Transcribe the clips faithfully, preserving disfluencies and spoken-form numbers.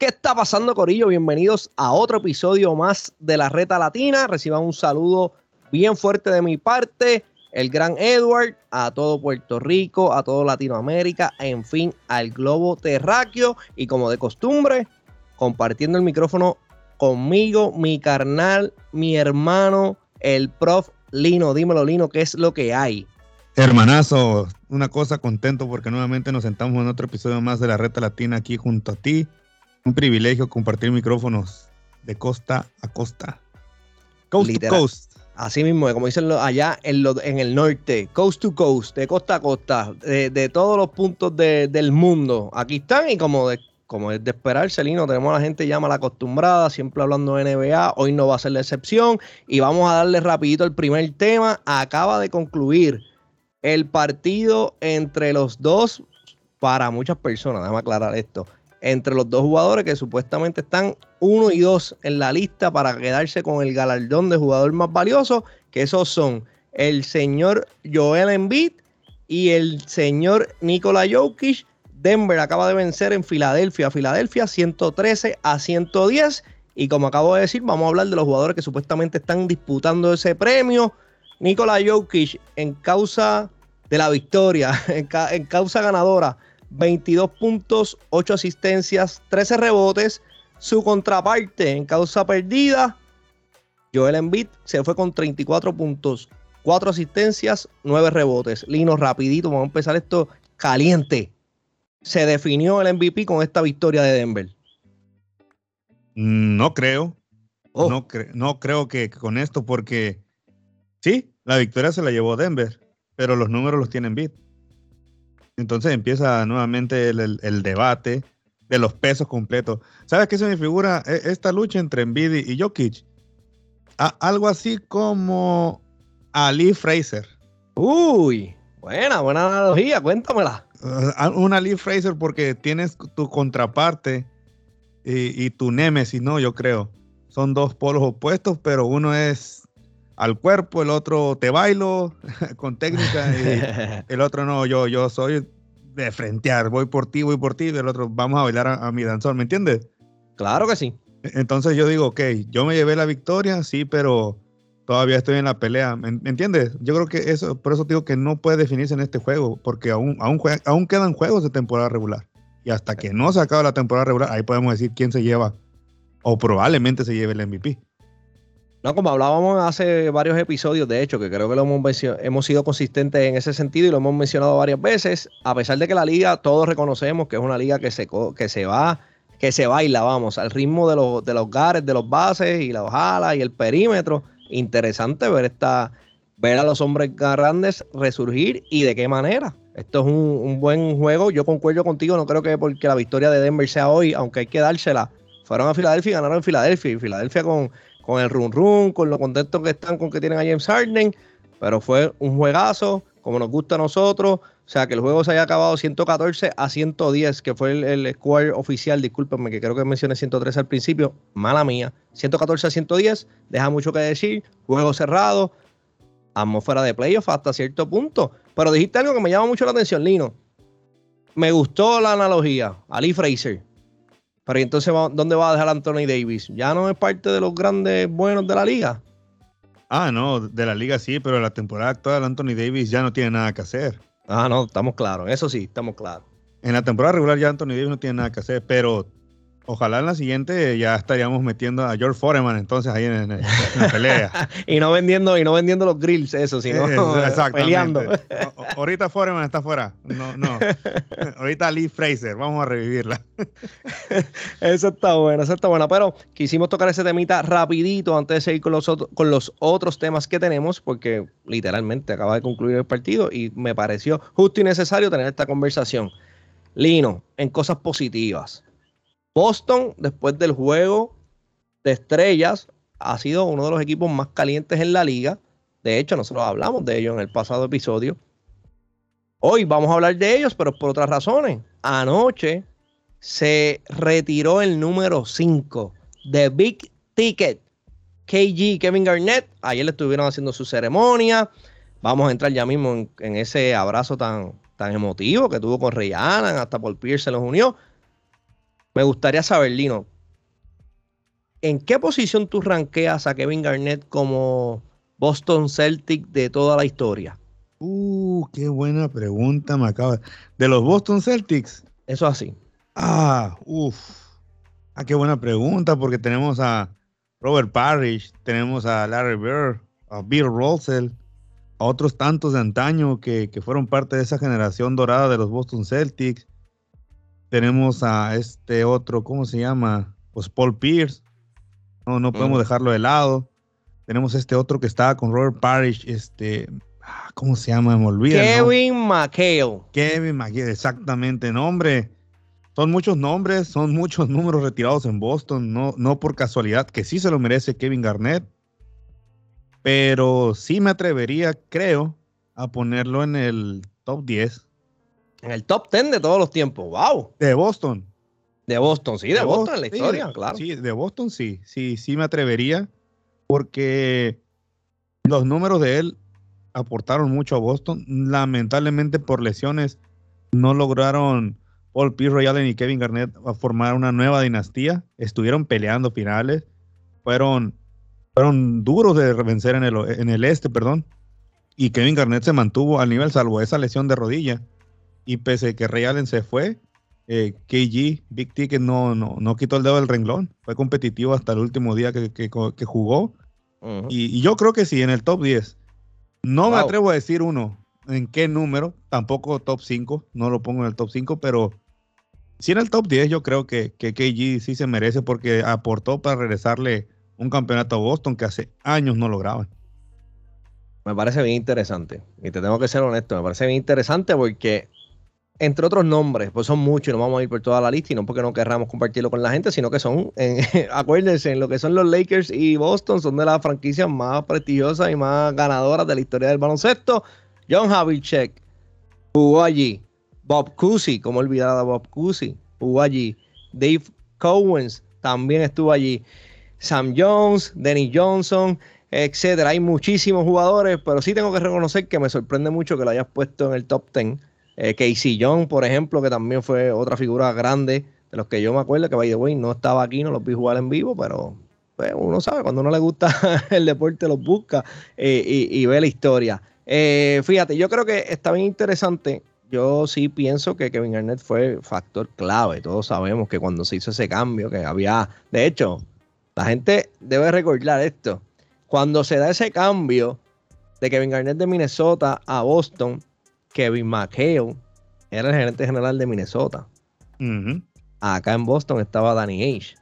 ¿Qué está pasando, corillo? Bienvenidos a otro episodio más de La Reta Latina. Reciban un saludo bien fuerte de mi parte, el gran Edward, a todo Puerto Rico, a todo Latinoamérica, en fin, al globo terráqueo. Y como de costumbre, compartiendo el micrófono conmigo, mi carnal, mi hermano, el prof Lino. Dímelo, Lino, ¿qué es lo que hay? Hermanazo, una cosa, contento porque nuevamente nos sentamos en otro episodio más de La Reta Latina aquí junto a ti. Un privilegio compartir micrófonos de costa a costa. Coast Literal. to coast. Así mismo, como dicen allá en, lo, en el norte, coast to coast, de costa a costa, de, de todos los puntos de, del mundo. Aquí están y como, de, como es de esperarse, Lino, tenemos a la gente ya mal acostumbrada, siempre hablando de N B A. Hoy no va a ser la excepción y vamos a darle rapidito el primer tema. Acaba de concluir el partido entre los dos, para muchas personas, déjame aclarar esto, entre los dos jugadores que supuestamente están uno y dos en la lista para quedarse con el galardón de jugador más valioso, que esos son el señor Joel Embiid y el señor Nikola Jokic. Denver acaba de vencer en Filadelfia, Filadelfia ciento trece a ciento diez, y como acabo de decir, vamos a hablar de los jugadores que supuestamente están disputando ese premio. Nikola Jokic en causa de la victoria, en, ca en causa ganadora, veintidós puntos, ocho asistencias, trece rebotes. Su contraparte en causa perdida, Joel Embiid, se fue con treinta y cuatro puntos, cuatro asistencias, nueve rebotes. Lino, rapidito, vamos a empezar esto caliente. ¿Se definió el M V P con esta victoria de Denver? No creo. Oh. No, cre no creo que con esto, porque sí, la victoria se la llevó Denver, pero los números los tiene Embiid. Entonces empieza nuevamente el, el, el debate de los pesos completos. ¿Sabes qué se me figura? Esta lucha entre Embiid y Jokic. A, algo así como Ali Fraser. Uy, buena, buena analogía, cuéntamela. Uh, una Ali Fraser porque tienes tu contraparte y, y tu némesis, ¿no? Yo creo. Son dos polos opuestos, pero uno es al cuerpo, el otro te bailo con técnica y el otro no, yo, yo soy de frentear, voy por ti, voy por ti, y el otro vamos a bailar a, a mi danzón, ¿me entiendes? Claro que sí. Entonces yo digo, ok, yo me llevé la victoria, sí, pero todavía estoy en la pelea, ¿me, ¿me entiendes? Yo creo que eso, por eso digo que no puede definirse en este juego, porque aún, aún, juega, aún quedan juegos de temporada regular, y hasta que no se acabe la temporada regular, ahí podemos decir quién se lleva, o probablemente se lleve el M V P. No, como hablábamos hace varios episodios, de hecho, que creo que lo hemos, hemos sido consistentes en ese sentido y lo hemos mencionado varias veces, a pesar de que la liga, todos reconocemos que es una liga que se, que se va, que se baila, vamos, al ritmo de los, de los gares, de los bases y los alas y el perímetro. Interesante ver esta, ver a los hombres grandes resurgir y de qué manera. Esto es un, un buen juego. Yo concuerdo contigo, no creo que porque la victoria de Denver sea hoy, aunque hay que dársela. Fueron a Filadelfia y ganaron en Filadelfia, y Filadelfia con... con el run run, con lo contentos que están con que tienen a James Harden, pero fue un juegazo, como nos gusta a nosotros. O sea, que el juego se haya acabado ciento catorce a ciento diez, que fue el, el score oficial. Discúlpenme, que creo que mencioné ciento trece al principio, mala mía. ciento catorce a ciento diez, deja mucho que decir, juego cerrado, atmósfera de playoff hasta cierto punto. Pero dijiste algo que me llama mucho la atención, Lino. Me gustó la analogía, Ali Fraser. Pero entonces, ¿dónde va a dejar Anthony Davis? ¿Ya no es parte de los grandes buenos de la liga? Ah, no, de la liga sí, pero la temporada actual Anthony Davis ya no tiene nada que hacer. Ah, no, estamos claros, eso sí, estamos claros. En la temporada regular ya Anthony Davis no tiene nada que hacer, pero ojalá en la siguiente ya estaríamos metiendo a George Foreman entonces ahí en, en, en la pelea. y no vendiendo y no vendiendo los grills, eso, sino es, peleando. O, ahorita Foreman está fuera. No, no. Ahorita Lee Fraser, vamos a revivirla. Eso está bueno, eso está bueno. Pero quisimos tocar ese temita rapidito antes de seguir con los, con los otros temas que tenemos, porque literalmente acaba de concluir el partido y me pareció justo y necesario tener esta conversación. Lino, en cosas positivas. Boston, después del juego de estrellas, ha sido uno de los equipos más calientes en la liga. De hecho, nosotros hablamos de ellos en el pasado episodio. Hoy vamos a hablar de ellos, pero por otras razones. Anoche se retiró el número cinco de Big Ticket, K G, Kevin Garnett. Ayer le estuvieron haciendo su ceremonia. Vamos a entrar ya mismo en, en ese abrazo tan, tan emotivo que tuvo con Ray Allen. Hasta Paul Pierce se los unió. Me gustaría saber, Lino, ¿en qué posición tú rankeas a Kevin Garnett como Boston Celtic de toda la historia? Uh, qué buena pregunta me acaba. De los Boston Celtics. Eso así. Ah, uff. Ah, qué buena pregunta, porque tenemos a Robert Parrish, tenemos a Larry Bird, a Bill Russell, a otros tantos de antaño que, que fueron parte de esa generación dorada de los Boston Celtics. Tenemos a este otro, ¿cómo se llama? Pues Paul Pierce. No, no podemos Uh-huh. dejarlo de lado. Tenemos este otro que estaba con Robert Parrish, este, ¿cómo se llama? Me olvida el nombre. Kevin McHale. Kevin McHale, exactamente, nombre. Son muchos nombres, son muchos números retirados en Boston, no, no por casualidad, que sí se lo merece Kevin Garnett, pero sí me atrevería, creo, a ponerlo en el top diez. En el top diez de todos los tiempos. ¡Wow! De Boston. De Boston, sí, de, de Boston, Boston en la historia, sí, claro. Sí, de Boston sí, sí, sí me atrevería, porque los números de él aportaron mucho a Boston. Lamentablemente por lesiones no lograron Paul Pierce, Ray Allen y Kevin Garnett a formar una nueva dinastía. Estuvieron peleando finales. Fueron, fueron duros de vencer en el, en el este, perdón. Y Kevin Garnett se mantuvo al nivel, salvo esa lesión de rodilla. Y pese a que Ray Allen se fue, eh, K G, Big Ticket, no, no, no quitó el dedo del renglón. Fue competitivo hasta el último día que, que, que jugó. Uh-huh. Y, y yo creo que sí, en el top diez. No wow. me atrevo a decir uno en qué número, tampoco top cinco, no lo pongo en el top cinco, pero sí en el top diez yo creo que, que K G sí se merece, porque aportó para regresarle un campeonato a Boston que hace años no lograban. Me parece bien interesante, y te tengo que ser honesto, me parece bien interesante porque, entre otros nombres, pues son muchos y no vamos a ir por toda la lista, y no porque no querramos compartirlo con la gente, sino que son, en, acuérdense, en lo que son los Lakers y Boston, son de las franquicias más prestigiosas y más ganadoras de la historia del baloncesto. John Havlicek jugó allí. Bob Cousy, como olvidar a Bob Cousy, jugó allí. Dave Cowens también estuvo allí. Sam Jones, Dennis Johnson, etcétera. Hay muchísimos jugadores, pero sí tengo que reconocer que me sorprende mucho que lo hayas puesto en el top diez. Eh, Casey Young, por ejemplo, que también fue otra figura grande de los que yo me acuerdo, que by the way no estaba aquí, no los vi jugar en vivo, pero pues, uno sabe, cuando uno le gusta el deporte los busca eh, y, y ve la historia. Eh, fíjate, yo creo que está bien interesante. Yo sí pienso que Kevin Garnett fue factor clave. Todos sabemos que cuando se hizo ese cambio, que había, de hecho, la gente debe recordar esto. Cuando se da ese cambio de Kevin Garnett de Minnesota a Boston, Kevin McHale era el gerente general de Minnesota. Uh-huh. Acá en Boston estaba Danny Ainge.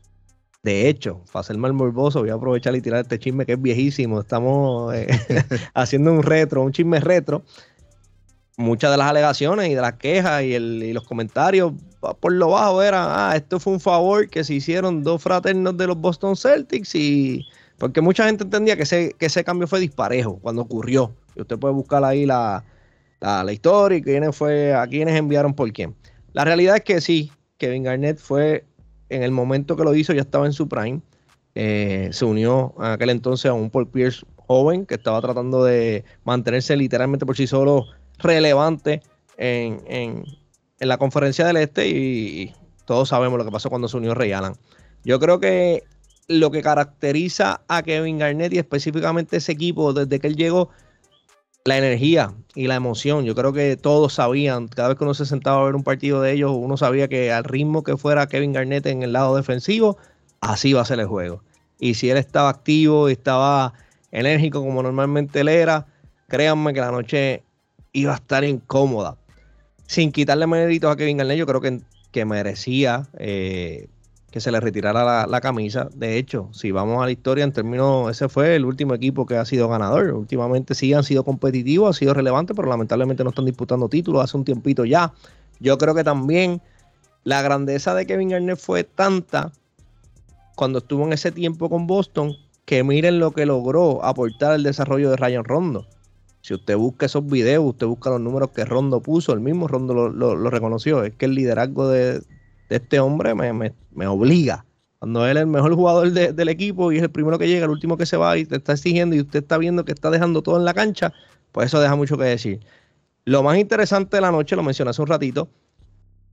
De hecho, para ser mal morboso, voy a aprovechar y tirar este chisme que es viejísimo. Estamos eh, haciendo un retro, un chisme retro. Muchas de las alegaciones y de las quejas y, el, y los comentarios por lo bajo eran, ah, esto fue un favor que se hicieron dos fraternos de los Boston Celtics, y porque mucha gente entendía que ese, que ese cambio fue disparejo cuando ocurrió. Y usted puede buscar ahí la, la, la historia y quiénes fue, a quiénes enviaron por quién. La realidad es que sí, Kevin Garnett fue, en el momento que lo hizo, ya estaba en su prime. Eh, se unió en aquel entonces a un Paul Pierce joven que estaba tratando de mantenerse literalmente por sí solo relevante en, en, en la conferencia del este, y, y todos sabemos lo que pasó cuando se unió Ray Allen. Yo creo que lo que caracteriza a Kevin Garnett y específicamente ese equipo desde que él llegó, la energía y la emoción. Yo creo que todos sabían, cada vez que uno se sentaba a ver un partido de ellos, uno sabía que al ritmo que fuera Kevin Garnett en el lado defensivo, así iba a ser el juego. Y si él estaba activo y estaba enérgico como normalmente él era, créanme que la noche iba a estar incómoda. Sin quitarle méritos a Kevin Garnett, yo creo que, que merecía eh, que se le retirara la, la camisa. De hecho, si vamos a la historia, en términos, ese fue el último equipo que ha sido ganador. Últimamente sí han sido competitivos, han sido relevantes, pero lamentablemente no están disputando títulos hace un tiempito ya. Yo creo que también la grandeza de Kevin Garnett fue tanta cuando estuvo en ese tiempo con Boston, que miren lo que logró aportar al desarrollo de Rajon Rondo. Si usted busca esos videos, usted busca los números que Rondo puso, el mismo Rondo lo, lo, lo reconoció. Es que el liderazgo de, de este hombre me, me, me obliga. Cuando él es el mejor jugador de, del equipo y es el primero que llega, el último que se va y te está exigiendo, y usted está viendo que está dejando todo en la cancha, pues eso deja mucho que decir. Lo más interesante de la noche, lo mencioné hace un ratito,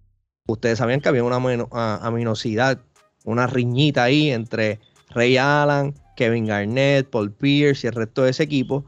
ustedes sabían que había una ameno- a- aminosidad, una riñita ahí entre Ray Allen, Kevin Garnett, Paul Pierce y el resto de ese equipo,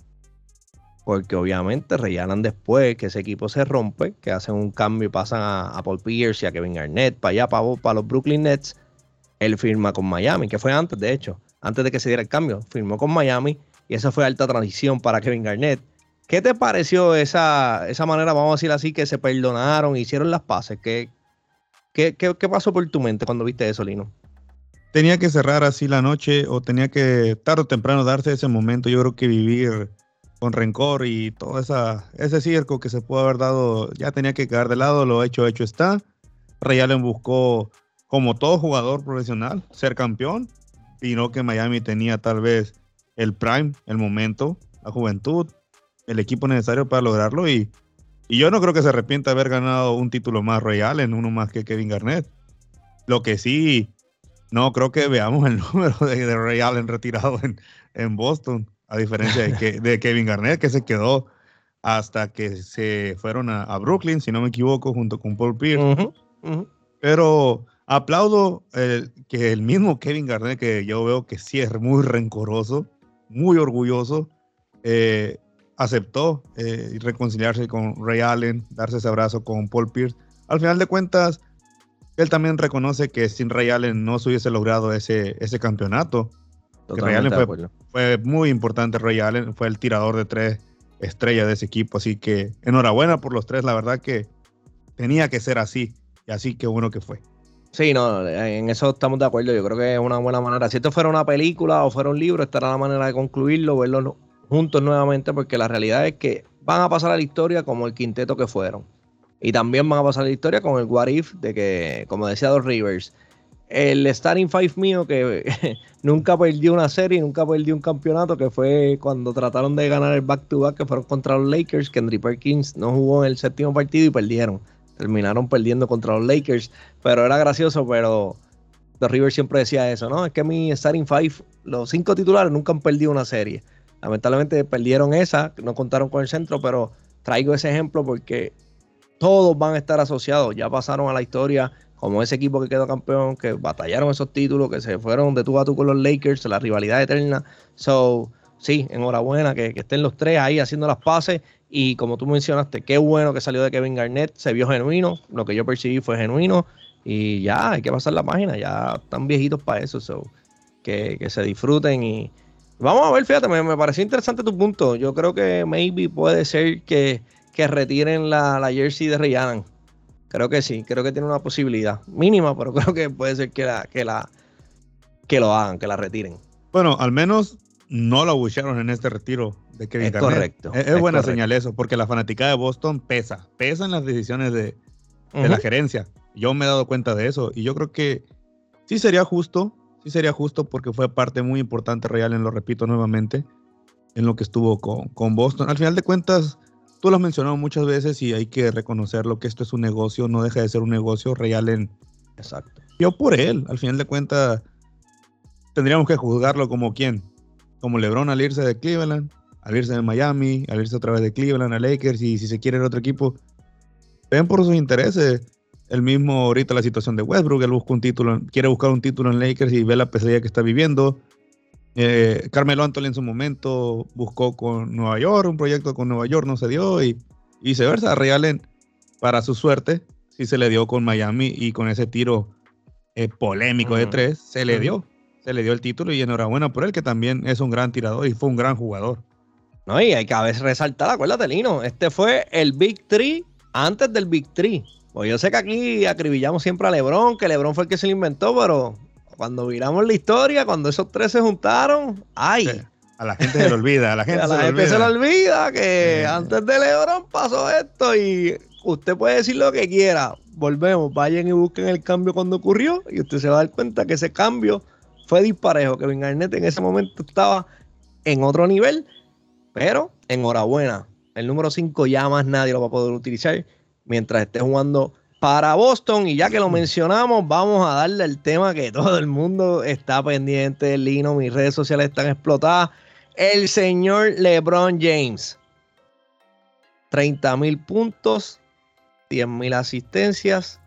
porque obviamente Ray Allen, después que ese equipo se rompe, que hacen un cambio y pasan a, a Paul Pierce y a Kevin Garnett para allá, para, para los Brooklyn Nets, él firma con Miami, que fue antes, de hecho, antes de que se diera el cambio, firmó con Miami y esa fue alta transición para Kevin Garnett. ¿Qué te pareció esa, esa manera, vamos a decir así, que se perdonaron, hicieron las paces? ¿Qué, qué, qué, qué pasó por tu mente cuando viste eso, Lino? Tenía que cerrar así la noche o tenía que tarde o temprano darse ese momento. Yo creo que vivir con rencor y todo esa, ese circo que se pudo haber dado ya tenía que quedar de lado. Lo hecho, hecho está. Ray Allen buscó, como todo jugador profesional, ser campeón, y no que Miami tenía tal vez el prime, el momento, la juventud, el equipo necesario para lograrlo, y, y yo no creo que se arrepienta de haber ganado un título más Ray Allen, uno más que Kevin Garnett. Lo que sí, no creo que veamos el número de, de Ray Allen retirado en, en Boston, a diferencia de, que, de Kevin Garnett, que se quedó hasta que se fueron a, a Brooklyn, si no me equivoco, junto con Paul Pierce. Uh-huh, uh-huh. Pero aplaudo el, que el mismo Kevin Garnett, que yo veo que sí es muy rencoroso, muy orgulloso, eh, aceptó eh, reconciliarse con Ray Allen, darse ese abrazo con Paul Pierce. Al final de cuentas, él también reconoce que sin Ray Allen no se hubiese logrado ese, ese campeonato. Ray Allen fue, fue muy importante. Ray Allen fue el tirador de tres estrellas de ese equipo, así que enhorabuena por los tres. La verdad que tenía que ser así, y así que bueno que fue. Sí, no, en eso estamos de acuerdo. Yo creo que es una buena manera. Si esto fuera una película o fuera un libro, esta era la manera de concluirlo, verlo juntos nuevamente, porque la realidad es que van a pasar a la historia como el quinteto que fueron. Y también van a pasar a la historia con el what if de que, como decía Doc Rivers, el starting five mío que nunca perdió una serie, nunca perdió un campeonato, que fue cuando trataron de ganar el back-to-back, que fueron contra los Lakers. Kendrick Perkins no jugó en el séptimo partido y perdieron. Terminaron perdiendo contra los Lakers, pero era gracioso. Pero Doc Rivers siempre decía eso, ¿no? Es que mi starting five, los cinco titulares nunca han perdido una serie. Lamentablemente perdieron esa, no contaron con el centro, pero traigo ese ejemplo porque todos van a estar asociados. Ya pasaron a la historia como ese equipo que quedó campeón, que batallaron esos títulos, que se fueron de tú a tú con los Lakers, la rivalidad eterna. So, sí, enhorabuena que, que estén los tres ahí haciendo las paces. Y como tú mencionaste, qué bueno que salió de Kevin Garnett, se vio genuino, lo que yo percibí fue genuino, y ya hay que pasar la página, ya están viejitos para eso. So, que, que se disfruten. Y vamos a ver, fíjate, me, me pareció interesante tu punto. Yo creo que maybe puede ser que, que retiren la, la jersey de Ray Allen. Creo que sí, creo que tiene una posibilidad mínima, pero creo que puede ser que la, que la que lo hagan, que la retiren. Bueno, al menos no lo abuchearon en este retiro de Kevin Es Garnett. correcto. Es, es, es buena correcto. Señal eso, porque la fanaticada de Boston pesa, pesa en las decisiones de, de uh-huh. la gerencia. Yo me he dado cuenta de eso, y yo creo que sí sería justo, sí sería justo, porque fue parte muy importante, Ray Allen, lo repito nuevamente, en lo que estuvo con, con Boston. Al final de cuentas, tú lo has mencionado muchas veces y hay que reconocerlo, que esto es un negocio, no deja de ser un negocio. Ray Allen, exacto, yo por él, al final de cuentas, tendríamos que juzgarlo como quién, como LeBron al irse de Cleveland, al irse de Miami, al irse otra vez de Cleveland a Lakers, y si se quiere ir a otro equipo, ven por sus intereses. El mismo ahorita la situación de Westbrook, él busca un título, quiere buscar un título en Lakers y ve la pesadilla que está viviendo. Eh, Carmelo Anthony en su momento buscó con Nueva York, un proyecto con Nueva York, no se dio, y, y viceversa. Ray Allen, para su suerte, sí se le dio con Miami, y con ese tiro eh, polémico uh-huh. de tres, se le uh-huh. dio, se le dio el título, y enhorabuena por él, que también es un gran tirador y fue un gran jugador. No, y hay que a veces resaltar, acuérdate, Lino, este fue el Big Three antes del Big Three. Pues yo sé que aquí acribillamos siempre a LeBron, que LeBron fue el que se lo inventó, pero cuando viramos la historia, cuando esos tres se juntaron, ¡ay! Sí, a la gente se le olvida, a la gente, a la se, gente le se le olvida que sí. Antes de LeBron pasó esto, y usted puede decir lo que quiera. Volvemos, vayan y busquen el cambio cuando ocurrió, y usted se va a dar cuenta que ese cambio fue disparejo. Kevin Garnett en ese momento estaba en otro nivel, pero enhorabuena. El número cinco ya más nadie lo va a poder utilizar mientras esté jugando para Boston. Y ya que lo mencionamos, vamos a darle el tema que todo el mundo está pendiente. Lino, mis redes sociales están explotadas. El señor LeBron James. treinta mil puntos, diez mil asistencias,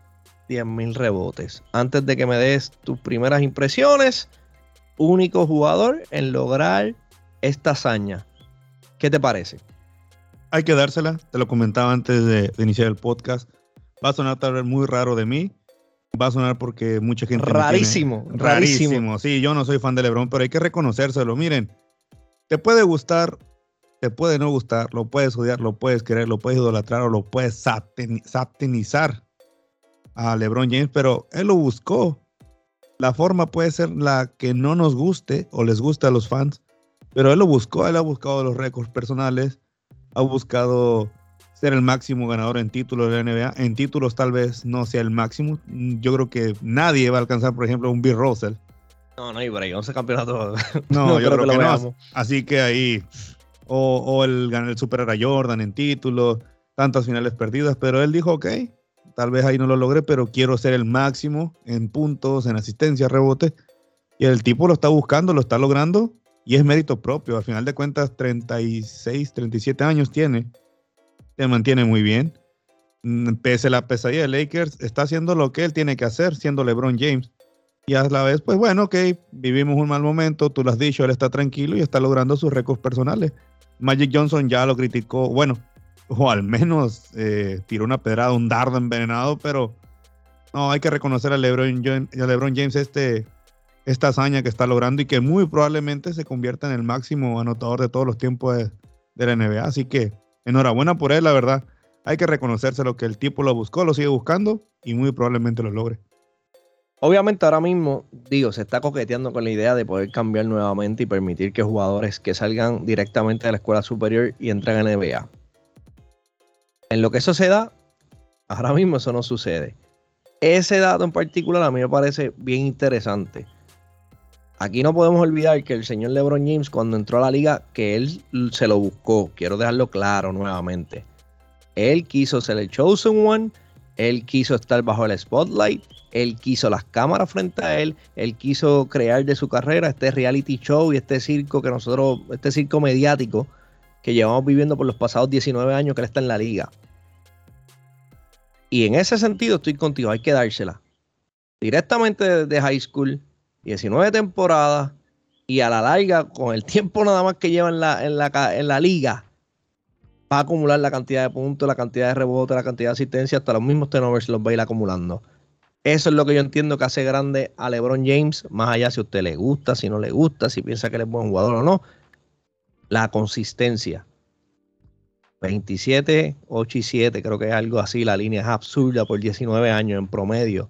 diez mil rebotes. Antes de que me des tus primeras impresiones, único jugador en lograr esta hazaña. ¿Qué te parece? Hay que dársela, te lo comentaba antes de, de iniciar el podcast. Va a sonar tal vez muy raro de mí. Va a sonar porque mucha gente rarísimo, me tiene... rarísimo. Rarísimo. Sí, yo no soy fan de LeBron, pero hay que reconocérselo. Miren, te puede gustar, te puede no gustar, lo puedes odiar, lo puedes querer, lo puedes idolatrar o lo puedes satin- satanizar a LeBron James, pero él lo buscó. La forma puede ser la que no nos guste o les guste a los fans, pero él lo buscó. Él ha buscado los récords personales, ha buscado ser el máximo ganador en títulos de la N B A. En títulos tal vez no sea el máximo. Yo creo que nadie va a alcanzar, por ejemplo, un Bill Russell. No, no hay break, once campeonatos. No, no yo creo, creo que, que no. Veamos. Así que ahí, o, o el, el superar a Jordan en títulos, tantas finales perdidas, pero él dijo, ok, tal vez ahí no lo logré, pero quiero ser el máximo en puntos, en asistencia, rebote. Y el tipo lo está buscando, lo está logrando, y es mérito propio. Al final de cuentas, treinta y seis, treinta y siete años tiene. Se mantiene muy bien. Pese a la pesadilla de Lakers, está haciendo lo que él tiene que hacer, siendo LeBron James. Y a la vez, pues bueno, ok, vivimos un mal momento, tú lo has dicho, él está tranquilo y está logrando sus récords personales. Magic Johnson ya lo criticó, bueno, o al menos eh, tiró una pedrada, un dardo envenenado, pero no, hay que reconocer a LeBron, a LeBron James este, esta hazaña que está logrando y que muy probablemente se convierta en el máximo anotador de todos los tiempos de, de la N B A. Así que enhorabuena por él, la verdad. Hay que reconocerse lo que el tipo lo buscó, lo sigue buscando y muy probablemente lo logre. Obviamente ahora mismo, digo, se está coqueteando con la idea de poder cambiar nuevamente y permitir que jugadores que salgan directamente de la escuela superior y entren a N B A. En lo que eso se da, ahora mismo eso no sucede. Ese dato en particular a mí me parece bien interesante. Aquí no podemos olvidar que el señor LeBron James, cuando entró a la liga, que él se lo buscó. Quiero dejarlo claro nuevamente. Él quiso ser el chosen one. Él quiso estar bajo el spotlight. Él quiso las cámaras frente a él. Él quiso crear de su carrera este reality show y este circo que nosotros, este circo mediático que llevamos viviendo por los pasados diecinueve años que él está en la liga. Y en ese sentido estoy contigo. Hay que dársela. Directamente de, de high school. diecinueve temporadas y a la larga, con el tiempo nada más que lleva en la, en la, en la liga, va a acumular la cantidad de puntos, la cantidad de rebotes, la cantidad de asistencia, hasta los mismos turnovers los va a ir acumulando. Eso es lo que yo entiendo que hace grande a LeBron James, más allá si a usted le gusta, si no le gusta, si piensa que él es buen jugador o no. La consistencia. veintisiete, ocho y siete, creo que es algo así, la línea es absurda por diecinueve años en promedio.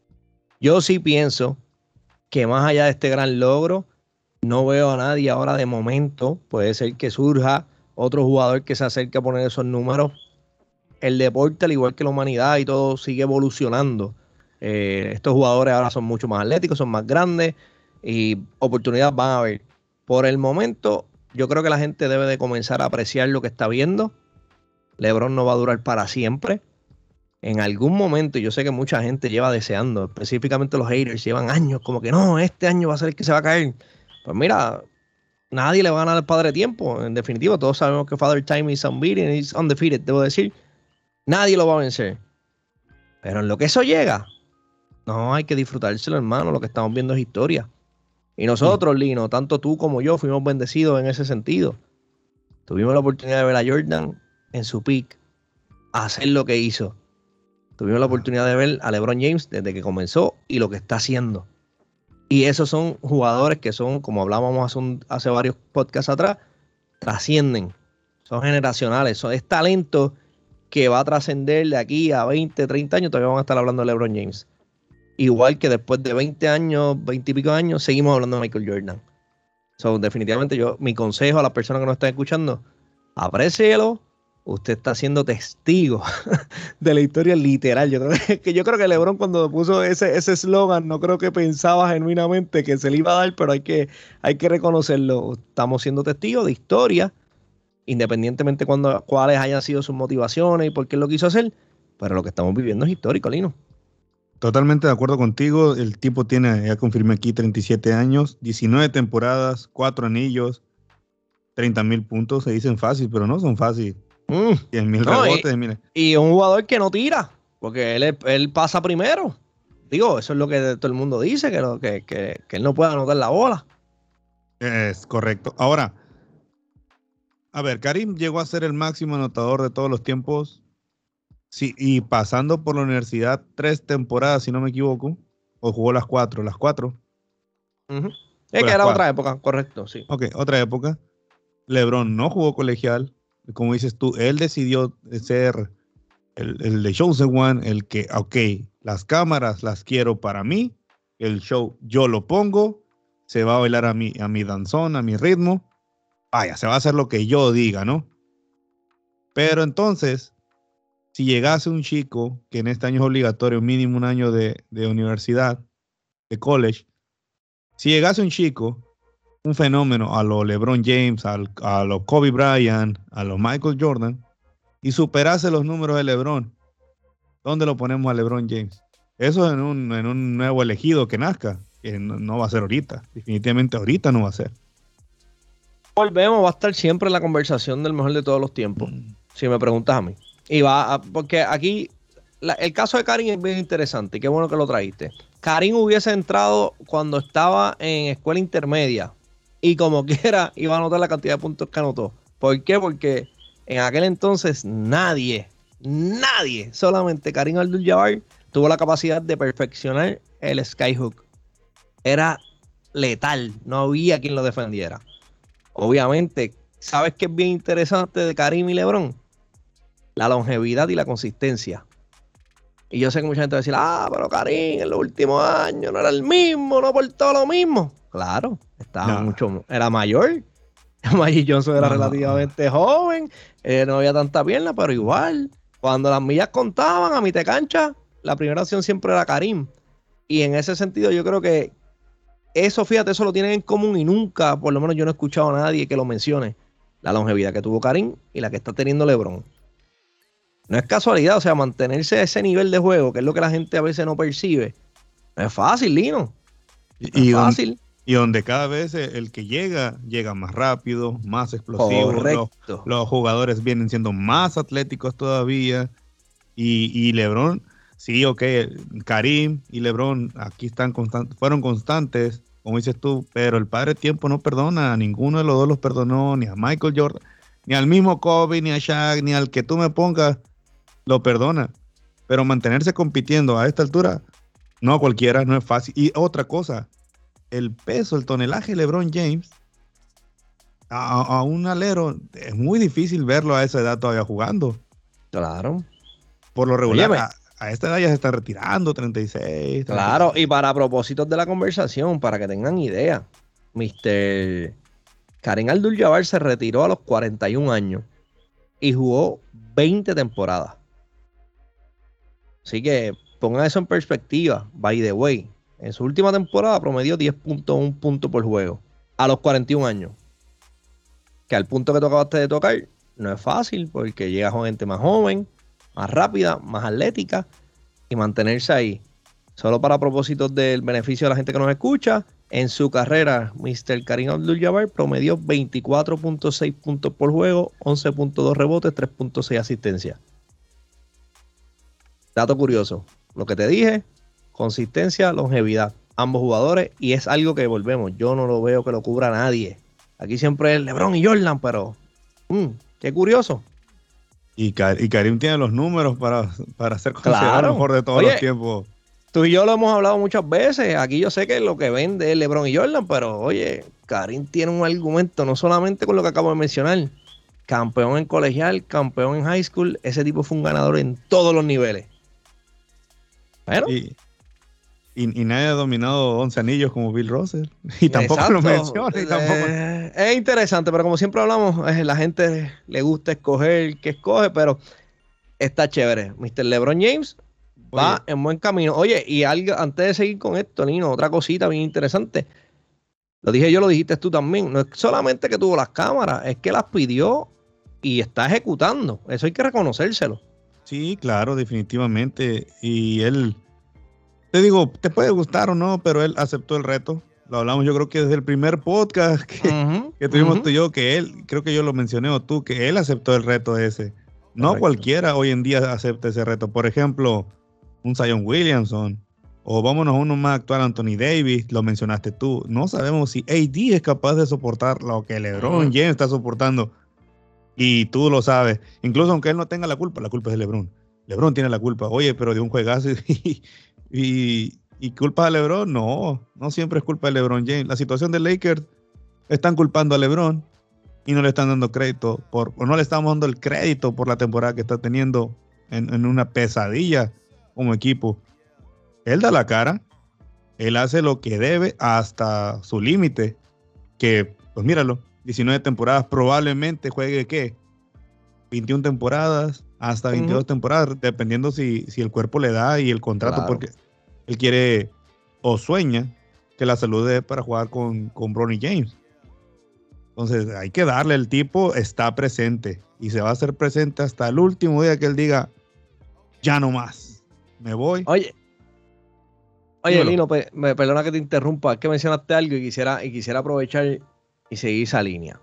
Yo sí pienso que más allá de este gran logro, no veo a nadie ahora de momento. Puede ser que surja otro jugador que se acerque a poner esos números. El deporte, al igual que la humanidad y todo, sigue evolucionando. Eh, estos jugadores ahora son mucho más atléticos, son más grandes y oportunidades van a haber. Por el momento, yo creo que la gente debe de comenzar a apreciar lo que está viendo. LeBron no va a durar para siempre. En algún momento, yo sé que mucha gente lleva deseando, específicamente los haters, llevan años, como que no, este año va a ser el que se va a caer. Pues mira, nadie le va a ganar al Padre Tiempo. En definitiva, todos sabemos que Father Time is unbeaten, is undefeated, debo decir. Nadie lo va a vencer. Pero en lo que eso llega, no, hay que disfrutárselo, hermano. Lo que estamos viendo es historia. Y nosotros, sí. Lino, tanto tú como yo, fuimos bendecidos en ese sentido. Tuvimos la oportunidad de ver a Jordan en su peak, hacer lo que hizo. Tuvimos la oportunidad de ver a LeBron James desde que comenzó y lo que está haciendo. Y esos son jugadores que son, como hablábamos hace, un, hace varios podcasts atrás, trascienden. Son generacionales. Son, es talento que va a trascender de aquí a veinte, treinta años. Todavía van a estar hablando de LeBron James. Igual que después de veinte años, veinte y pico años, seguimos hablando de Michael Jordan. So, definitivamente yo, mi consejo a las personas que nos están escuchando, aprécielo. Usted está siendo testigo de la historia literal. Yo creo que, yo creo que LeBron, cuando puso ese ese eslogan, no creo que pensaba genuinamente que se le iba a dar, pero hay que, hay que reconocerlo. Estamos siendo testigos de historia, independientemente de cuáles hayan sido sus motivaciones y por qué lo quiso hacer, pero lo que estamos viviendo es histórico, Lino. Totalmente de acuerdo contigo. El tipo tiene, ya confirmé aquí, treinta y siete años, diecinueve temporadas, cuatro anillos, treinta mil puntos. Se dicen fácil, pero no son fáciles. Mm, cien mil no, rebotes, y, mira. y un jugador que no tira. porque él, él pasa primero. Digo, eso es lo que todo el mundo dice, que, lo, que, que, que él no puede anotar la bola. Es correcto. Ahora, a ver, Karim llegó a ser el máximo anotador de todos los tiempos. Sí, y pasando por la universidad tres temporadas, si no me equivoco, o jugó las cuatro, las cuatro. Uh-huh. Es que era cuatro. Otra época, correcto, sí. Ok, otra época. LeBron no jugó colegial. Como dices tú, él decidió ser el, el de chosen one, el que, ok, las cámaras las quiero para mí, el show yo lo pongo, se va a bailar a mi, a mi danzón, a mi ritmo. Vaya, se va a hacer lo que yo diga, ¿no? Pero entonces, si llegase un chico, que en este año es obligatorio, mínimo un año de, de universidad, de college, si llegase un chico, un fenómeno a lo LeBron James, al, a lo Kobe Bryant, a lo Michael Jordan, y superase los números de LeBron, ¿dónde lo ponemos a LeBron James? Eso en un, en un nuevo elegido que nazca, que no, no va a ser ahorita, definitivamente ahorita no va a ser. Volvemos, va a estar siempre en la conversación del mejor de todos los tiempos, mm. si me preguntas a mí. Y va a, porque aquí la, el caso de Karim es bien interesante y qué bueno que lo trajiste. Karim hubiese entrado cuando estaba en escuela intermedia y como quiera iba a anotar la cantidad de puntos que anotó. ¿Por qué? Porque en aquel entonces nadie, nadie, solamente Karim Abdul-Jabbar tuvo la capacidad de perfeccionar el skyhook. Era letal, no había quien lo defendiera. Obviamente, ¿sabes qué es bien interesante de Karim y LeBron? La longevidad y la consistencia. Y yo sé que mucha gente va a decir, ah, pero Karim en los últimos años no era el mismo, no aportaba lo mismo. Claro, estaba no. mucho, era mayor. Magic Johnson era no, relativamente no. joven, eh, no había tanta pierna, pero igual, cuando las millas contaban a mitad de cancha, la primera opción siempre era Karim. Y en ese sentido yo creo que eso, fíjate, eso lo tienen en común y nunca, por lo menos yo no he escuchado a nadie que lo mencione. La longevidad que tuvo Karim y la que está teniendo LeBron. No es casualidad, o sea, mantenerse a ese nivel de juego, que es lo que la gente a veces no percibe. No es fácil, Lino. No y es fácil. Donde, y donde cada vez el que llega, llega más rápido, más explosivo. Correcto. Los, los jugadores vienen siendo más atléticos todavía. Y, y LeBron, sí, ok, Karim y LeBron aquí están constantes, fueron constantes, como dices tú, pero el padre tiempo no perdona, a ninguno de los dos los perdonó, ni a Michael Jordan, ni al mismo Kobe, ni a Shaq, ni al que tú me pongas, lo perdona. Pero mantenerse compitiendo a esta altura, no a cualquiera, no es fácil. Y otra cosa, el peso, el tonelaje de LeBron James, a, a un alero, es muy difícil verlo a esa edad todavía jugando. Claro. Por lo regular, a, a esta edad ya se está retirando, treinta y seis. treinta y seis. Claro, y para propósitos de la conversación, para que tengan idea, mister Karim Abdul-Jabbar se retiró a los cuarenta y un años y jugó veinte temporadas. Así que pongan eso en perspectiva. By the way, en su última temporada promedió diez punto uno puntos por juego a los cuarenta y un años. Que al punto que tú acabaste de tocar no es fácil porque llega gente más joven, más rápida, más atlética y mantenerse ahí. Solo para propósitos del beneficio de la gente que nos escucha, en su carrera, mister Karim Abdul-Jabbar promedió veinticuatro punto seis puntos por juego, once punto dos rebotes, tres punto seis asistencias. Dato curioso, lo que te dije, consistencia, longevidad, ambos jugadores, y es algo que volvemos, yo no lo veo que lo cubra nadie. Aquí siempre es LeBron y Jordan, pero mmm, qué curioso. Y, Kar- y Karim tiene los números para, para ser considerado Claro. el mejor de todos Oye, los tiempos. Tú y yo lo hemos hablado muchas veces. Aquí yo sé que lo que vende es LeBron y Jordan, pero oye, Karim tiene un argumento, no solamente con lo que acabo de mencionar. Campeón en colegial, campeón en high school. Ese tipo fue un ganador en todos los niveles. Pero... Y, y, y nadie ha dominado once anillos como Bill Russell. Y tampoco exacto. lo menciona. Y tampoco... Eh, es interesante, pero como siempre hablamos, eh, la gente le gusta escoger qué escoge, pero está chévere. mister LeBron James va Oye. en buen camino. Oye, y algo, antes de seguir con esto, Nino, otra cosita bien interesante. Lo dije yo, lo dijiste tú también. No es solamente que tuvo las cámaras, es que las pidió y está ejecutando. Eso hay que reconocérselo. Sí, claro, definitivamente. Y él, te digo, te puede gustar o no, pero él aceptó el reto. Lo hablamos yo creo que desde el primer podcast que, uh-huh, que tuvimos uh-huh. tú y yo, que él, creo que yo lo mencioné o tú, que él aceptó el reto ese No Correcto. cualquiera hoy en día acepta ese reto. Por ejemplo, un Zion Williamson, o vámonos a uno más actual, Anthony Davis, lo mencionaste tú. No sabemos si A D es capaz de soportar lo que LeBron Uh-huh. James está soportando. Y tú lo sabes. Incluso aunque él no tenga la culpa, la culpa es de LeBron. LeBron tiene la culpa. Oye, pero de un juegazo y, y, y culpa de LeBron. No, no siempre es culpa de LeBron James. La situación de Lakers, están culpando a LeBron y no le están dando crédito, por, o no le estamos dando el crédito por la temporada que está teniendo en, en una pesadilla como equipo. Él da la cara, él hace lo que debe hasta su límite, que pues míralo, diecinueve temporadas, probablemente juegue ¿qué? veintiuna temporadas, hasta veintidós uh-huh. temporadas, dependiendo si, si el cuerpo le da y el contrato, claro. Porque él quiere o sueña que la salud es para jugar con, con Bronny James. Entonces hay que darle, el tipo está presente y se va a hacer presente hasta el último día que él diga, ya no más, me voy. Oye, oye Lino, pe- me perdona que te interrumpa, es que mencionaste algo y quisiera, y quisiera aprovechar y seguir esa línea.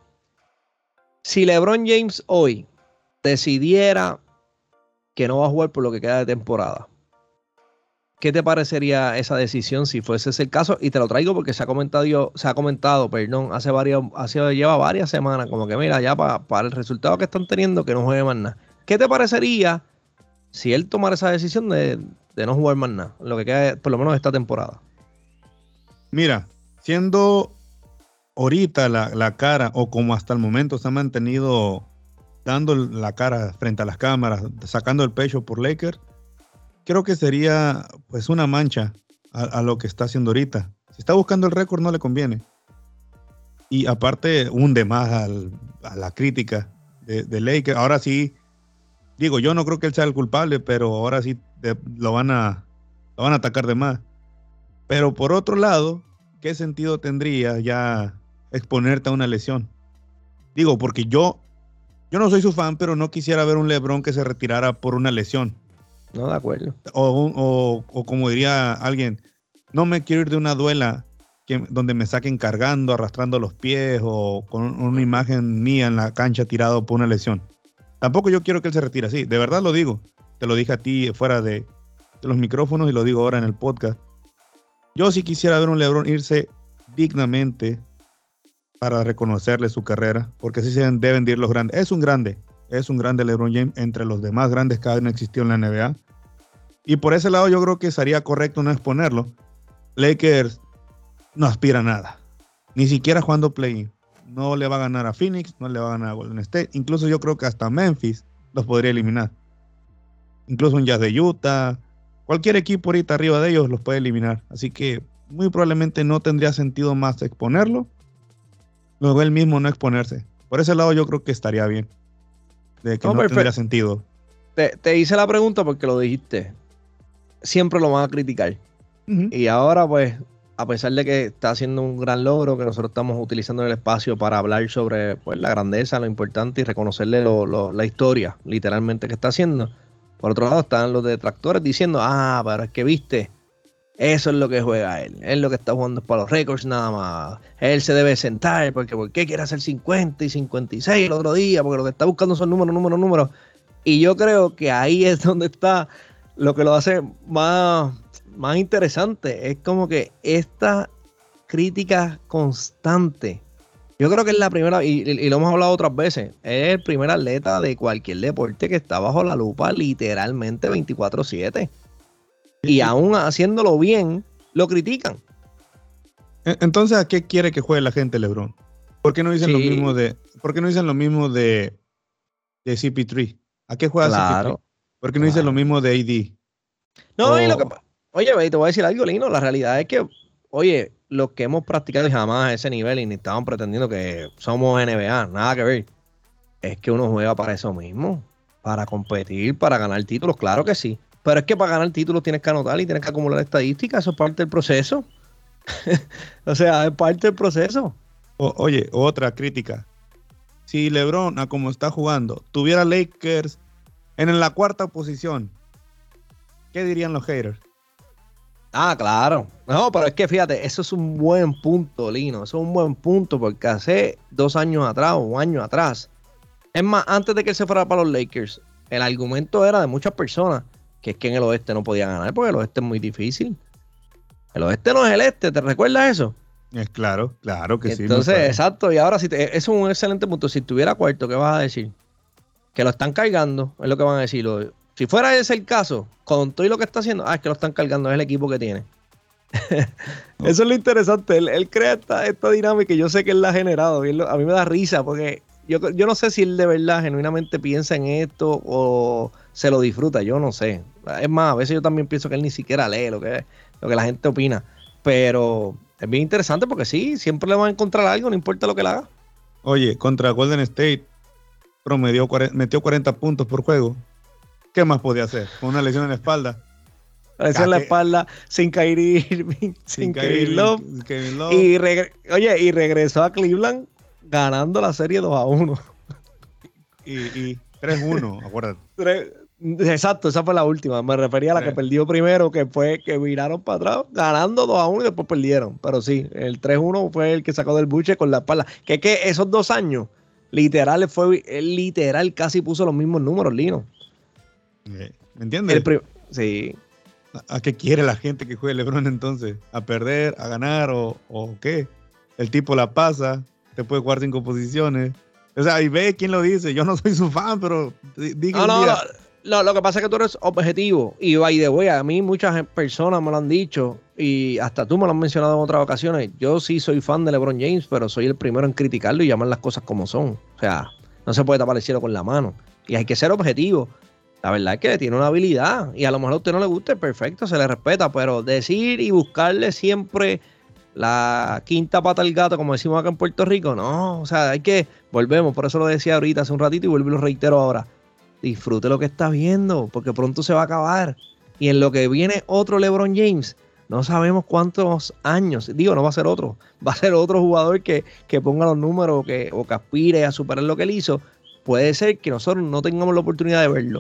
Si LeBron James hoy decidiera que no va a jugar por lo que queda de temporada, ¿qué te parecería esa decisión si fuese ese el caso? Y te lo traigo porque se ha comentado, se ha comentado, perdón, hace varios, hace, lleva varias semanas, como que mira, ya para, para el resultado que están teniendo, que no juegue más nada. ¿Qué te parecería si él tomara esa decisión de, de no jugar más nada, lo que queda, por lo menos esta temporada? Mira, siendo ahorita la, la cara, o como hasta el momento se ha mantenido dando la cara frente a las cámaras, sacando el pecho por Lakers, creo que sería pues una mancha a, a lo que está haciendo ahorita. Si está buscando el récord, no le conviene. Y aparte, hunde más al, a la crítica de, de Lakers. Ahora sí, digo, yo no creo que él sea el culpable, pero ahora sí de, lo, van a, lo van a atacar de más. Pero por otro lado, ¿qué sentido tendría ya exponerte a una lesión? Digo, porque yo, yo no soy su fan, pero no quisiera ver un LeBron que se retirara por una lesión. No, de acuerdo. O, o, o como diría alguien, no me quiero ir de una duela que, donde me saquen cargando, arrastrando los pies o con una imagen mía en la cancha tirado por una lesión. Tampoco yo quiero que él se retire así. De verdad lo digo. Te lo dije a ti fuera de, de los micrófonos y lo digo ahora en el podcast. Yo sí quisiera ver un LeBron irse dignamente para reconocerle su carrera, porque así se deben de ir los grandes. Es un grande. Es un grande LeBron James entre los demás grandes que han existido en la N B A. Y por ese lado yo creo que sería correcto no exponerlo. Lakers no aspira a nada. Ni siquiera jugando play-in. No le va a ganar a Phoenix, no le va a ganar a Golden State. Incluso yo creo que hasta Memphis los podría eliminar. Incluso un Jazz de Utah. Cualquier equipo ahorita arriba de ellos los puede eliminar. Así que muy probablemente no tendría sentido más exponerlo. Luego él mismo no exponerse. Por ese lado yo creo que estaría bien. De que no, no tendría sentido. Te, te hice la pregunta porque lo dijiste. Siempre lo van a criticar. Uh-huh. Y ahora, pues, a pesar de que está haciendo un gran logro, que nosotros estamos utilizando el espacio para hablar sobre pues, la grandeza, lo importante y reconocerle lo, lo, la historia, literalmente, que está haciendo. Por otro lado, están los detractores diciendo, ah, pero es que viste, eso es lo que juega él. Él lo que está jugando es para los récords nada más. Él se debe sentar porque ¿por qué quiere hacer cincuenta y cincuenta y seis el otro día? Porque lo que está buscando son números, números, números. Y yo creo que ahí es donde está lo que lo hace más, más interesante. Es como que esta crítica constante. Yo creo que es la primera, y, y lo hemos hablado otras veces, es el primer atleta de cualquier deporte que está bajo la lupa literalmente veinticuatro siete. Y aún haciéndolo bien, lo critican. Entonces, ¿a qué quiere que juegue la gente, LeBron? ¿Por qué no dicen sí. lo mismo de, ¿por qué no dicen lo mismo de, de C P tres? ¿A qué juega claro, C P tres? ¿Por qué no claro. dicen lo mismo de A D? No, o... y lo que oye, te voy a decir algo, Lino. La realidad es que, oye, los que hemos practicado jamás a ese nivel y ni estaban pretendiendo que somos N B A, nada que ver. Es que uno juega para eso mismo, para competir, para ganar títulos, claro que sí. Pero es que para ganar títulos tienes que anotar y tienes que acumular estadísticas, eso es parte del proceso. O sea, es parte del proceso. O, oye, otra crítica. Si LeBron, a como está jugando, tuviera Lakers en la cuarta posición, ¿qué dirían los haters? Ah, claro. No, pero es que fíjate, eso es un buen punto, Lino. Eso es un buen punto porque hace dos años atrás o un año atrás, es más, antes de que él se fuera para los Lakers, el argumento era de muchas personas que es que en el oeste no podía ganar porque el oeste es muy difícil. El oeste no es el este, ¿te recuerdas eso? Es claro, claro que sí. Entonces, exacto, y ahora si te, eso es un excelente punto. Si tuviera cuarto, ¿qué vas a decir? Que lo están cargando, es lo que van a decir. Si fuera ese el caso, con todo y lo que está haciendo, ah, es que lo están cargando, es el equipo que tiene. No. Eso es lo interesante. Él, él crea esta, esta dinámica y yo sé que él la ha generado. Él, a mí me da risa porque yo, yo no sé si él de verdad genuinamente piensa en esto o se lo disfruta. Yo no sé. Es más, a veces yo también pienso que él ni siquiera lee lo que, lo que la gente opina. Pero es bien interesante porque sí, siempre le van a encontrar algo, no importa lo que le haga. Oye, contra Golden State promedió, metió cuarenta puntos por juego. ¿Qué más podía hacer? Con una lesión en la espalda. Lesión en la espalda, sin Kyrie Irving, sin, sin Kevin Love. Kevin Love. Y reg- oye, y regresó a Cleveland ganando la serie dos a uno. Y, y tres uno, acuérdate. Exacto, esa fue la última. Me refería a la tres. Que perdió primero, que fue que viraron para atrás, ganando dos a uno y después perdieron. Pero sí, el tres uno fue el que sacó del buche con la espalda. Que es que esos dos años, literal, fue, él literal casi puso los mismos números, Lino. ¿Me entiendes? Prim- sí. ¿A qué quiere la gente que juegue LeBron entonces? ¿A perder, a ganar o, o qué? El tipo la pasa, te puede jugar cinco posiciones. O sea, y ve quién lo dice. Yo no soy su fan, pero dije no, un no, día. No, lo que pasa es que tú eres objetivo. Y by the way, a mí muchas personas me lo han dicho y hasta tú me lo has mencionado en otras ocasiones. Yo sí soy fan de LeBron James, pero soy el primero en criticarlo y llamar las cosas como son. O sea, no se puede tapar el cielo con la mano. Y hay que ser objetivo. La verdad es que tiene una habilidad y a lo mejor a usted no le guste, perfecto, se le respeta, pero decir y buscarle siempre la quinta pata al gato, como decimos acá en Puerto Rico, no, o sea, hay que, volvemos, por eso lo decía ahorita hace un ratito y vuelvo y lo reitero ahora, disfrute lo que está viendo, porque pronto se va a acabar y en lo que viene otro LeBron James, no sabemos cuántos años, digo, no va a ser otro, va a ser otro jugador que, que ponga los números que, o que aspire a superar lo que él hizo, puede ser que nosotros no tengamos la oportunidad de verlo.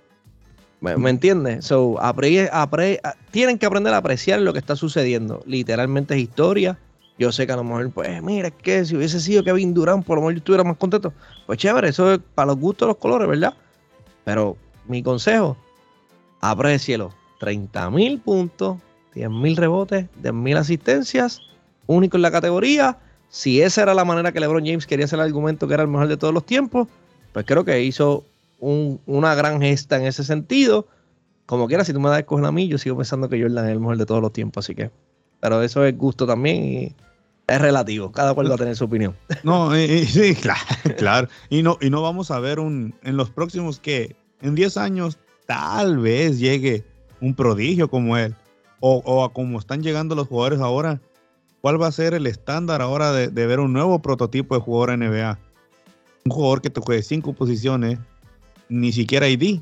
¿Me, ¿Me entiendes? So, apre, apre, tienen que aprender a apreciar lo que está sucediendo. Literalmente es historia. Yo sé que a lo mejor, pues, mira, es que si hubiese sido Kevin Durant, por lo menos yo estuviera más contento. Pues chévere, eso es para los gustos, los colores, ¿verdad? Pero mi consejo, aprécielo. treinta mil puntos, diez mil rebotes, diez mil asistencias, único en la categoría. Si esa era la manera que LeBron James quería hacer el argumento que era el mejor de todos los tiempos, pues creo que hizo Un, una gran gesta en ese sentido. Como quiera, si tú me das a escoger a mí, yo sigo pensando que Jordan es el mejor de todos los tiempos, así que, pero eso es gusto también y es relativo, cada cual va a tener su opinión. No, eh, sí, claro, claro. Y no, y no vamos a ver un, en los próximos que, en diez años, tal vez llegue un prodigio como él, o, o a como están llegando los jugadores ahora. ¿Cuál va a ser el estándar ahora de, de ver un nuevo prototipo de jugador N B A? Un jugador que te juegue cinco posiciones, ni siquiera A D.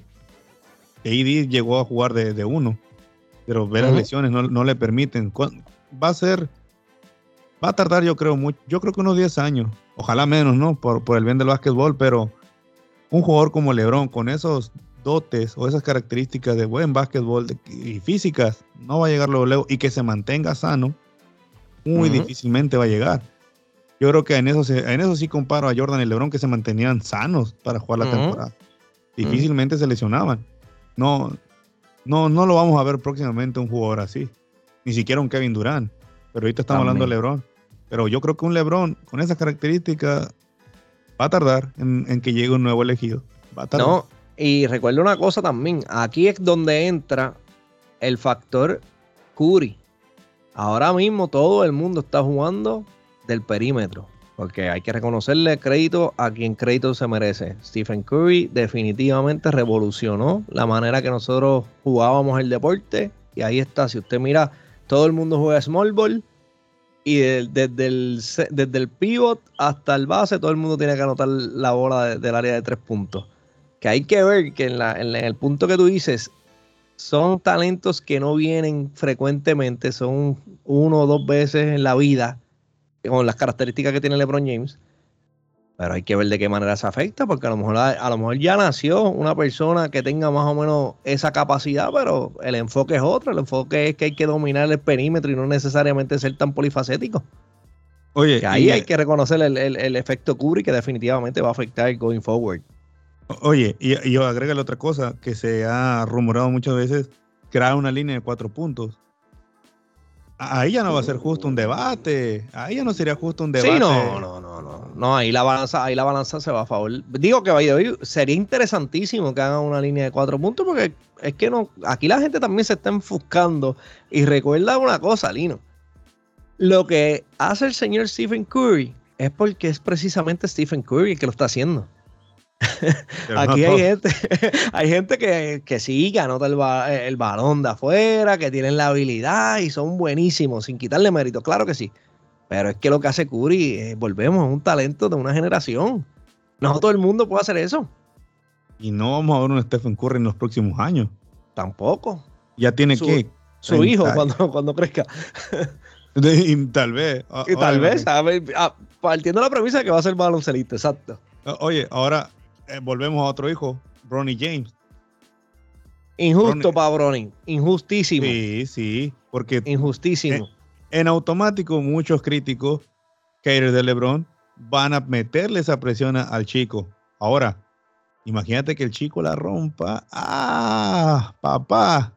A D llegó a jugar de, de uno, pero ver uh-huh. las lesiones no, no le permiten. Va a ser, va a tardar yo creo mucho, yo creo que unos diez años, ojalá menos, ¿no? Por, por el bien del básquetbol, pero un jugador como LeBron, con esos dotes o esas características de buen básquetbol de, y físicas, no va a llegar luego, luego, y que se mantenga sano, muy uh-huh. difícilmente va a llegar. Yo creo que en eso, se, en eso sí comparo a Jordan y LeBron, que se mantenían sanos para jugar la uh-huh. temporada. Difícilmente mm. se lesionaban. No, no, no lo vamos a ver próximamente un jugador así. Ni siquiera un Kevin Durant. Pero ahorita estamos También. hablando de LeBron. Pero yo creo que un LeBron con esas características va a tardar en, en que llegue un nuevo elegido. Va a tardar. No, y recuerda una cosa también. Aquí es donde entra el factor Curry. Ahora mismo todo el mundo está jugando del perímetro. Porque hay que reconocerle crédito a quien crédito se merece. Stephen Curry definitivamente revolucionó la manera que nosotros jugábamos el deporte. Y ahí está, si usted mira, todo el mundo juega small ball. Y de, de, desde, el, desde el pivot hasta el base, todo el mundo tiene que anotar la bola de, del área de tres puntos. Que hay que ver que en, la, en el punto que tú dices, son talentos que no vienen frecuentemente, son uno o dos veces en la vida, con las características que tiene LeBron James, pero hay que ver de qué manera se afecta, porque a lo mejor a lo mejor ya nació una persona que tenga más o menos esa capacidad, pero el enfoque es otro, el enfoque es que hay que dominar el perímetro y no necesariamente ser tan polifacético. Oye, que ahí y, hay que reconocer el, el, el efecto Curry, que definitivamente va a afectar going forward. Oye, y, y yo agrégale otra cosa que se ha rumorado muchas veces, crear una línea de cuatro puntos. Ahí ya no va a ser justo un debate. Ahí ya no sería justo un debate. Sí, no, no, no, no. No, ahí la balanza, ahí la balanza se va a favor. Digo que by the way, sería interesantísimo que hagan una línea de cuatro puntos, porque es que no, aquí la gente también se está enfuscando. Y recuerda una cosa, Lino. Lo que hace el señor Stephen Curry es porque es precisamente Stephen Curry el que lo está haciendo. Pero Aquí no hay todo. gente, hay gente que, que sí, que anota el, ba- el balón de afuera, que tienen la habilidad y son buenísimos, sin quitarle mérito, claro que sí. Pero es que lo que hace Curry, eh, volvemos, es un talento de una generación. No todo el mundo puede hacer eso. Y no vamos a ver un Stephen Curry en los próximos años. Tampoco. Ya tiene Su, que. su hijo cuando, cuando crezca. Tal vez. Y Ahora, tal vez, a ver, a- partiendo de la premisa de que va a ser baloncelista, exacto. oye, ahora eh, volvemos a otro hijo, Bronny James. Injusto Bronny- para Browning. Injustísimo. Sí, sí, porque Injustísimo. eh, en automático muchos críticos, haters de LeBron, van a meterle esa presión a- al chico. Ahora, imagínate que el chico la rompa. ¡Ah, papá!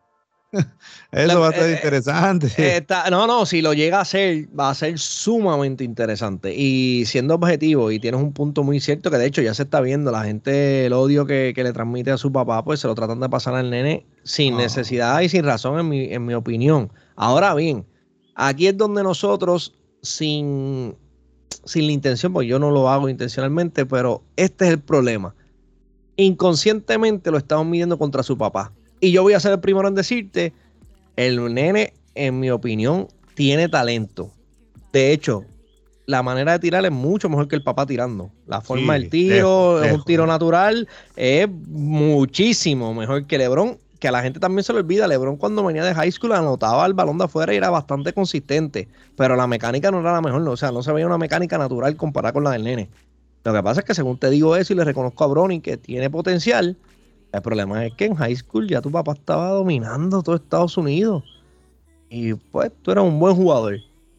Eso La- va a estar eh, interesante. eh, está- no, no, si lo llega a hacer, va a ser sumamente interesante. Y siendo objetivo, y tienes un punto muy cierto que de hecho ya se está viendo, la gente, el odio que, que le transmite a su papá, pues se lo tratan de pasar al nene sin Ah. necesidad y sin razón, en mi, en mi opinión. Ahora bien, aquí es donde nosotros, sin, sin la intención, pues yo no lo hago intencionalmente, pero este es el problema. Inconscientemente lo estamos midiendo contra su papá. Y yo voy a ser el primero en decirte, el nene, en mi opinión, tiene talento. De hecho, la manera de tirar es mucho mejor que el papá tirando. La forma Sí, del tiro, lejos, es un lejos, tiro lejos. natural, es muchísimo mejor que LeBron, que a la gente también se le olvida. LeBron cuando venía de high school anotaba el balón de afuera y era bastante consistente, pero la mecánica no era la mejor, no, o sea, no se veía una mecánica natural comparada con la del nene. Lo que pasa es que según te digo eso y le reconozco a Bronny que tiene potencial, el problema es que en high school ya tu papá estaba dominando todo Estados Unidos. Y pues tú eres un buen jugador.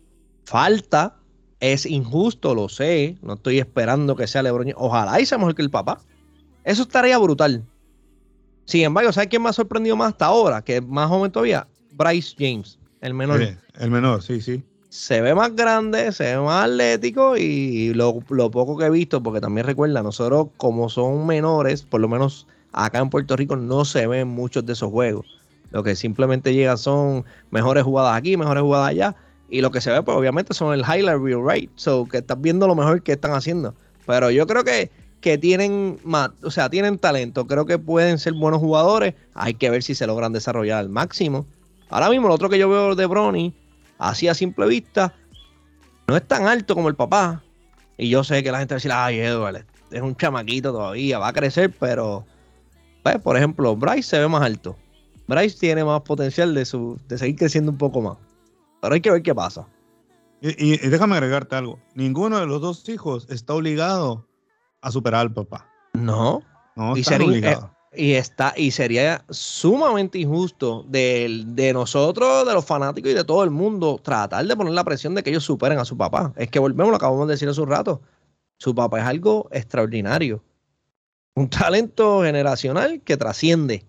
Falta, es injusto, lo sé. No estoy esperando que sea LeBron. Ojalá y sea mejor que el papá. Eso estaría brutal. Sin embargo, ¿sabes quién me ha sorprendido más hasta ahora? Que más joven todavía. Bryce James, el menor. Sí, el menor, sí, sí. Se ve más grande, se ve más atlético y lo, lo poco que he visto, porque también recuerda, nosotros como son menores, por lo menos acá en Puerto Rico no se ven muchos de esos juegos. Lo que simplemente llega son mejores jugadas aquí, mejores jugadas allá. Y lo que se ve, pues obviamente son el highlight reel, right? So, que estás viendo lo mejor que están haciendo. Pero yo creo que, que tienen más, o sea, tienen talento. Creo que pueden ser buenos jugadores. Hay que ver si se logran desarrollar al máximo. Ahora mismo, lo otro que yo veo de Bronny, así a simple vista, no es tan alto como el papá. Y yo sé que la gente va a decir, ay, Edward, es un chamaquito todavía, va a crecer, pero, pues, por ejemplo, Bryce se ve más alto. Bryce tiene más potencial de, su, de seguir creciendo un poco más. Pero hay que ver qué pasa. Y, y- y déjame agregarte algo. Ninguno de los dos hijos está obligado a superar al papá. No. No y, están sería, obligados. eh, y, está, y sería sumamente injusto de, de nosotros, de los fanáticos y de todo el mundo, tratar de poner la presión de que ellos superen a su papá. Es que volvemos, lo acabamos de decir hace un rato. Su papá es algo extraordinario. Un talento generacional que trasciende.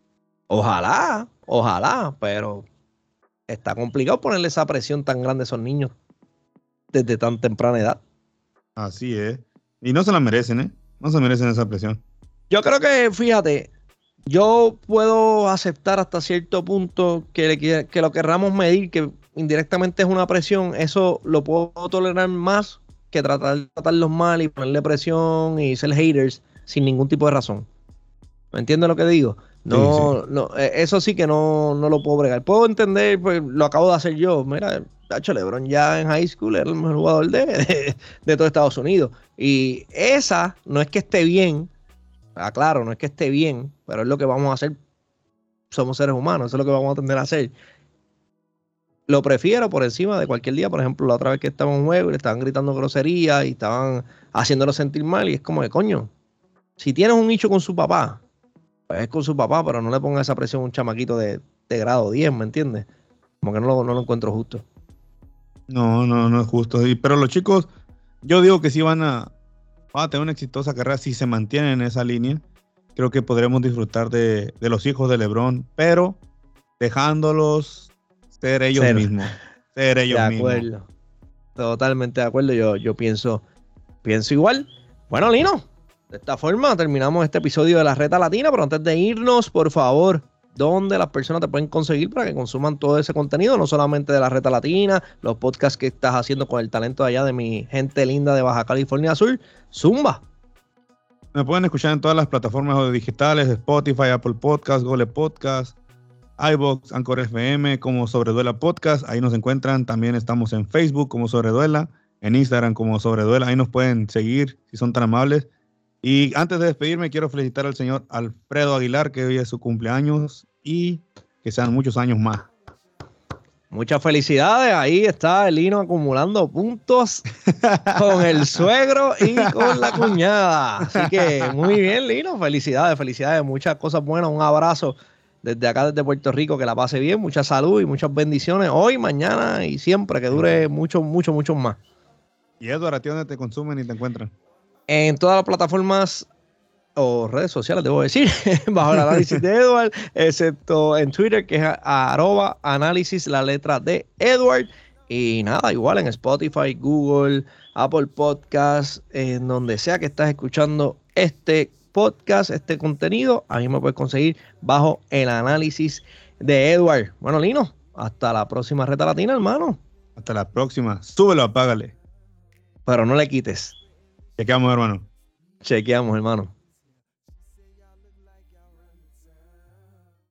Ojalá, ojalá, pero está complicado ponerle esa presión tan grande a esos niños desde tan temprana edad. Así es. Y no se la merecen, ¿eh? No se merecen esa presión. Yo creo que, fíjate, yo puedo aceptar hasta cierto punto que, le, que lo querramos medir, que indirectamente es una presión. Eso lo puedo tolerar más que tratar de tratarlos mal y ponerle presión y ser haters sin ningún tipo de razón. ¿Me entiendes lo que digo? No, Sí, sí. no, eh, eso sí que no, no lo puedo bregar. Puedo entender, pues lo acabo de hacer yo. Mira, Tacho LeBron ya en high school era el mejor jugador de, de, de todo Estados Unidos. Y esa no es que esté bien, aclaro, no es que esté bien, pero es lo que vamos a hacer. Somos seres humanos, eso es lo que vamos a tender a hacer. Lo prefiero por encima de cualquier día. Por ejemplo, la otra vez que estaba en un juego y le estaban gritando groserías y estaban haciéndolo sentir mal. Y es como de coño, si tienes un nicho con su papá, pues es con su papá, pero no le ponga esa presión a un chamaquito de, de grado diez, ¿me entiendes? Como que no lo, no lo encuentro justo. No, no, no es justo. Y, pero los chicos, yo digo que sí van a, va a tener una exitosa carrera si se mantiene en esa línea. Creo que podremos disfrutar de, de los hijos de LeBron, pero dejándolos ser ellos Ser. mismos. Ser ellos De mismos. acuerdo. Totalmente de acuerdo. Yo, yo pienso, pienso igual. Bueno, Lino, de esta forma terminamos este episodio de la Reta Latina, pero antes de irnos, por favor, ¿dónde las personas te pueden conseguir para que consuman todo ese contenido? No solamente de la Reta Latina, los podcasts que estás haciendo con el talento de allá de mi gente linda de Baja California Sur. Zumba. Me pueden escuchar en todas las plataformas digitales, Spotify, Apple Podcasts, Google Podcasts, iVoox, Anchor F M, como Sobreduela Podcast. Ahí nos encuentran. También estamos en Facebook como Sobreduela, en Instagram como Sobreduela. Ahí nos pueden seguir si son tan amables. Y antes de despedirme, quiero felicitar al señor Alfredo Aguilar, que hoy es su cumpleaños, y que sean muchos años más. Muchas felicidades. Ahí está el Lino acumulando puntos con el suegro y con la cuñada. Así que muy bien, Lino. Felicidades, felicidades. Muchas cosas buenas. Un abrazo desde acá, desde Puerto Rico. Que la pase bien. Mucha salud y muchas bendiciones hoy, mañana y siempre. Que dure mucho, mucho, mucho más. Y Edward, ¿a ti dónde te consumen y te encuentran? En todas las plataformas o redes sociales, debo decir, bajo el análisis de Edward, excepto en Twitter, que es a, arroba análisis, la letra de Edward. Y nada, igual en Spotify, Google, Apple Podcasts, en donde sea que estás escuchando este podcast, este contenido, ahí me puedes conseguir bajo el análisis de Edward. Bueno, Lino, hasta la próxima Reta Latina, hermano. Hasta la próxima. Súbelo, apágale. Pero no le quites. Chequeamos, hermano. Chequeamos, hermano.